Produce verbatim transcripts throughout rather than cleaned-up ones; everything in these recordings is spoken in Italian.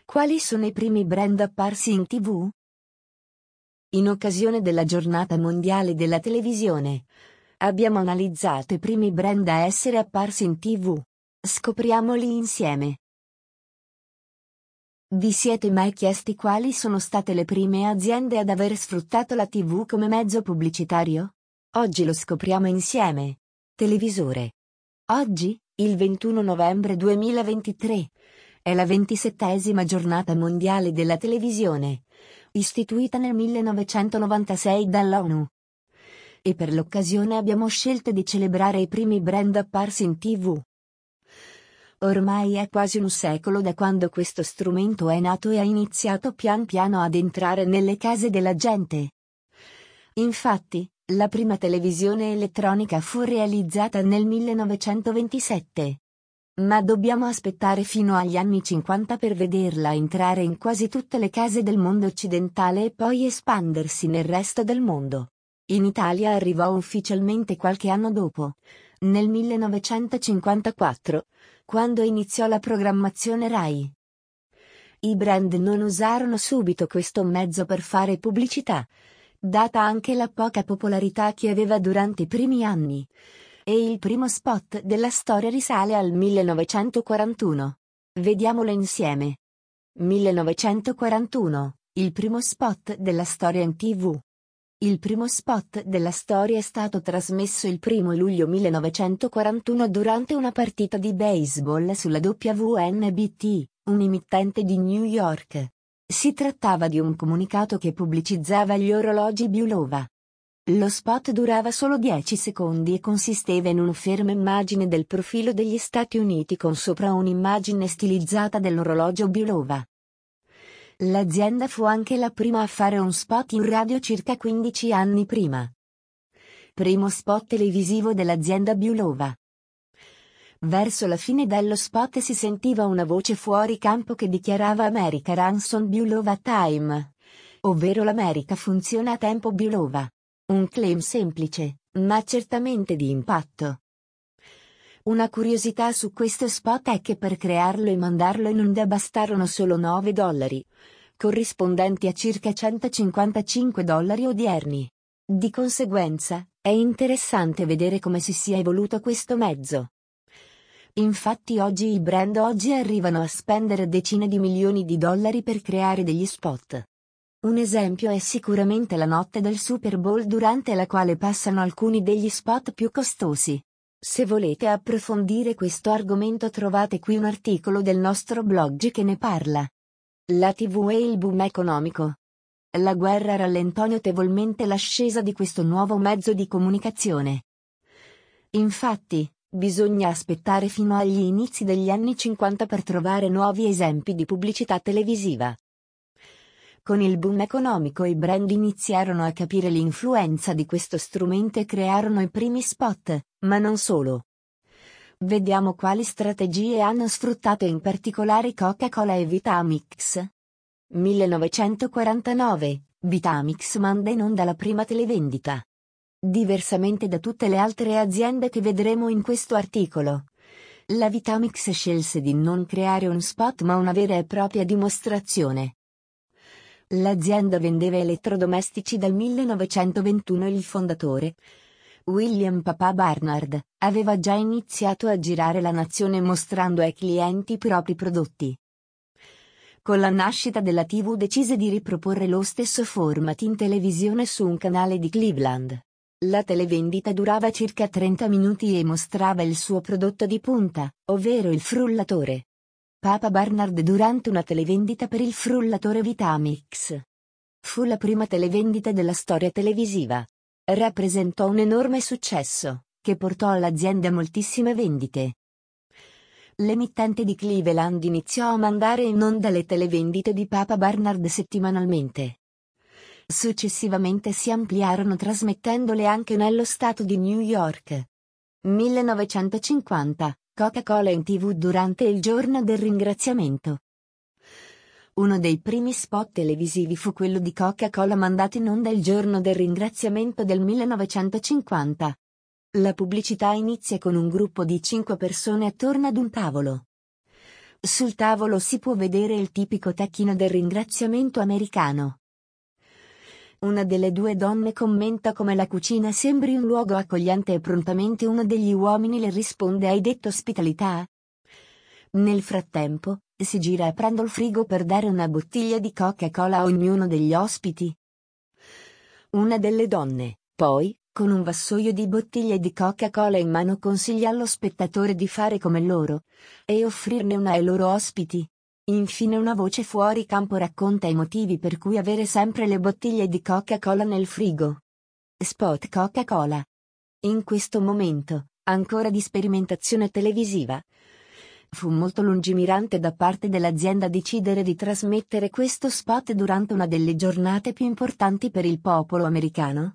Quali sono i primi brand apparsi in tivù? In occasione della Giornata Mondiale della Televisione, abbiamo analizzato i primi brand a essere apparsi in tivù. Scopriamoli insieme. Vi siete mai chiesti quali sono state le prime aziende ad aver sfruttato la tivù come mezzo pubblicitario? Oggi lo scopriamo insieme. Televisore. Oggi, il ventuno novembre duemilaventitré, è la ventisettesima Giornata Mondiale della Televisione, istituita nel millenovecentonovantasei dall'ONU. E per l'occasione abbiamo scelto di celebrare i primi brand apparsi in tivù. Ormai è quasi un secolo da quando questo strumento è nato e ha iniziato pian piano ad entrare nelle case della gente. Infatti, la prima televisione elettronica fu realizzata nel millenovecentoventisette. Ma dobbiamo aspettare fino agli anni cinquanta per vederla entrare in quasi tutte le case del mondo occidentale e poi espandersi nel resto del mondo. In Italia arrivò ufficialmente qualche anno dopo, nel millenovecentocinquantaquattro, quando iniziò la programmazione Rai. I brand non usarono subito questo mezzo per fare pubblicità, data anche la poca popolarità che aveva durante i primi anni. E il primo spot della storia risale al millenovecentoquarantuno. Vediamolo insieme. millenovecentoquarantuno, il primo spot della storia in tivù. Il primo spot della storia è stato trasmesso il primo luglio millenovecentoquarantuno durante una partita di baseball sulla W N B T, un'emittente di New York. Si trattava di un comunicato che pubblicizzava gli orologi Bulova. Lo spot durava solo dieci secondi e consisteva in una ferma immagine del profilo degli Stati Uniti con sopra un'immagine stilizzata dell'orologio Bulova. L'azienda fu anche la prima a fare un spot in radio circa quindici anni prima. Primo spot televisivo dell'azienda Bulova. Verso la fine dello spot si sentiva una voce fuori campo che dichiarava America runs on Bulova time, ovvero l'America funziona a tempo Bulova. Un claim semplice, ma certamente di impatto. Una curiosità su questo spot è che per crearlo e mandarlo in onda bastarono solo nove dollari, corrispondenti a circa centocinquantacinque dollari odierni. Di conseguenza, è interessante vedere come si sia evoluto questo mezzo. Infatti oggi i brand oggi arrivano a spendere decine di milioni di dollari per creare degli spot. Un esempio è sicuramente la notte del Super Bowl, durante la quale passano alcuni degli spot più costosi. Se volete approfondire questo argomento trovate qui un articolo del nostro blog che ne parla. La tivù e il boom economico. La guerra rallentò notevolmente l'ascesa di questo nuovo mezzo di comunicazione. Infatti, bisogna aspettare fino agli inizi degli anni cinquanta per trovare nuovi esempi di pubblicità televisiva. Con il boom economico i brand iniziarono a capire l'influenza di questo strumento e crearono i primi spot, ma non solo. Vediamo quali strategie hanno sfruttato in particolare Coca-Cola e Vitamix. millenovecentoquarantanove, Vitamix manda in onda la prima televendita. Diversamente da tutte le altre aziende che vedremo in questo articolo, la Vitamix scelse di non creare un spot ma una vera e propria dimostrazione. L'azienda vendeva elettrodomestici dal millenovecentoventuno e il fondatore, William Papa Barnard, aveva già iniziato a girare la nazione mostrando ai clienti i propri prodotti. Con la nascita della tivù decise di riproporre lo stesso format in televisione su un canale di Cleveland. La televendita durava circa trenta minuti e mostrava il suo prodotto di punta, ovvero il frullatore. Papa Barnard durante una televendita per il frullatore Vitamix. Fu la prima televendita della storia televisiva. Rappresentò un enorme successo, che portò all'azienda moltissime vendite. L'emittente di Cleveland iniziò a mandare in onda le televendite di Papa Barnard settimanalmente. Successivamente si ampliarono trasmettendole anche nello stato di New York. millenovecentocinquanta, Coca-Cola in tivù durante il giorno del ringraziamento. Uno dei primi spot televisivi fu quello di Coca-Cola mandato in onda il giorno del ringraziamento del millenovecentocinquanta. La pubblicità inizia con un gruppo di cinque persone attorno ad un tavolo. Sul tavolo si può vedere il tipico tacchino del ringraziamento americano. Una delle due donne commenta come la cucina sembri un luogo accogliente e prontamente uno degli uomini le risponde: hai detto ospitalità? Nel frattempo, si gira aprendo il frigo per dare una bottiglia di Coca-Cola a ognuno degli ospiti. Una delle donne, poi, con un vassoio di bottiglie di Coca-Cola in mano consiglia allo spettatore di fare come loro e offrirne una ai loro ospiti. Infine una voce fuori campo racconta i motivi per cui avere sempre le bottiglie di Coca-Cola nel frigo. Spot Coca-Cola. In questo momento, ancora di sperimentazione televisiva, fu molto lungimirante da parte dell'azienda decidere di trasmettere questo spot durante una delle giornate più importanti per il popolo americano.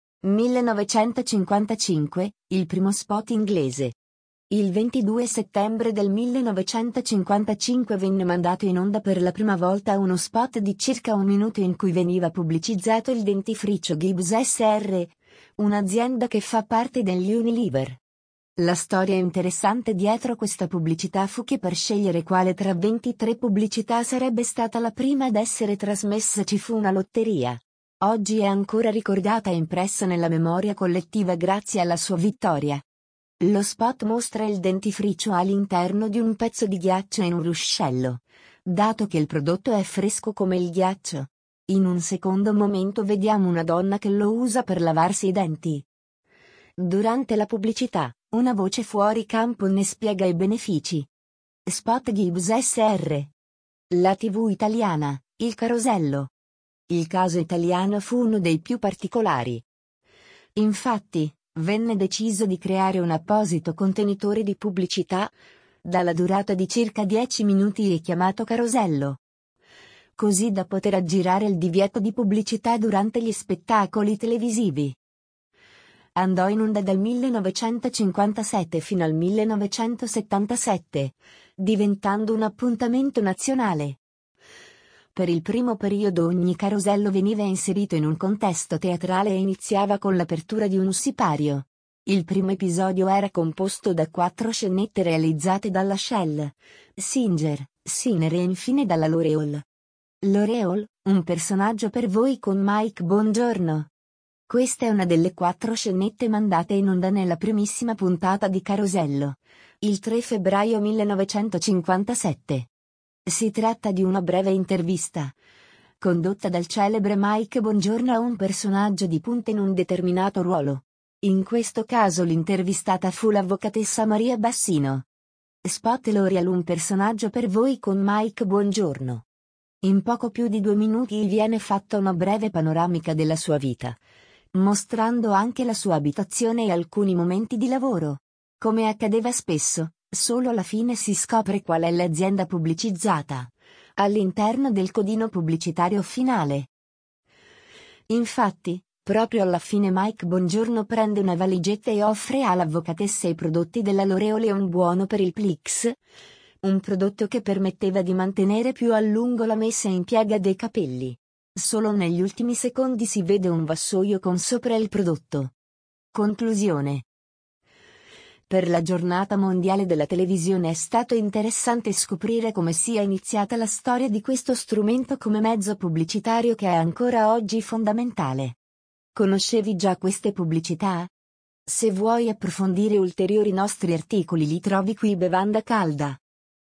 millenovecentocinquantacinque, il primo spot inglese. Il ventidue settembre del millenovecentocinquantacinque venne mandato in onda per la prima volta uno spot di circa un minuto in cui veniva pubblicizzato il dentifricio Gibbs S R, un'azienda che fa parte degli Unilever. La storia interessante dietro questa pubblicità fu che per scegliere quale tra ventitré pubblicità sarebbe stata la prima ad essere trasmessa ci fu una lotteria. Oggi è ancora ricordata e impressa nella memoria collettiva grazie alla sua vittoria. Lo spot mostra il dentifricio all'interno di un pezzo di ghiaccio in un ruscello, dato che il prodotto è fresco come il ghiaccio. In un secondo momento vediamo una donna che lo usa per lavarsi i denti. Durante la pubblicità, una voce fuori campo ne spiega i benefici. Spot Gibbs S R. La tivù italiana, il carosello. Il caso italiano fu uno dei più particolari. Infatti, venne deciso di creare un apposito contenitore di pubblicità, dalla durata di circa dieci minuti e chiamato carosello, così da poter aggirare il divieto di pubblicità durante gli spettacoli televisivi. Andò in onda dal millenovecentocinquantasette fino al millenovecentosettantasette, diventando un appuntamento nazionale. Per il primo periodo ogni carosello veniva inserito in un contesto teatrale e iniziava con l'apertura di un sipario. Il primo episodio era composto da quattro scenette realizzate dalla Shell, Singer, Siner e infine dalla L'Oreal. L'Oreal, un personaggio per voi con Mike Bongiorno. Questa è una delle quattro scenette mandate in onda nella primissima puntata di Carosello, il tre febbraio millenovecentocinquantasette. Si tratta di una breve intervista, condotta dal celebre Mike Bongiorno a un personaggio di punta in un determinato ruolo. In questo caso l'intervistata fu l'avvocatessa Maria Bassino. Spot L'Oreal, un personaggio per voi con Mike Bongiorno. In poco più di due minuti gli viene fatta una breve panoramica della sua vita, mostrando anche la sua abitazione e alcuni momenti di lavoro. Come accadeva spesso, solo alla fine si scopre qual è l'azienda pubblicizzata, all'interno del codino pubblicitario finale. Infatti, proprio alla fine Mike Bongiorno prende una valigetta e offre all'avvocatessa i prodotti della L'Oreal e un buono per il Plix, un prodotto che permetteva di mantenere più a lungo la messa in piega dei capelli. Solo negli ultimi secondi si vede un vassoio con sopra il prodotto. Conclusione. Per la giornata mondiale della televisione è stato interessante scoprire come sia iniziata la storia di questo strumento come mezzo pubblicitario che è ancora oggi fondamentale. Conoscevi già queste pubblicità? Se vuoi approfondire ulteriori nostri articoli li trovi qui Bevanda Calda.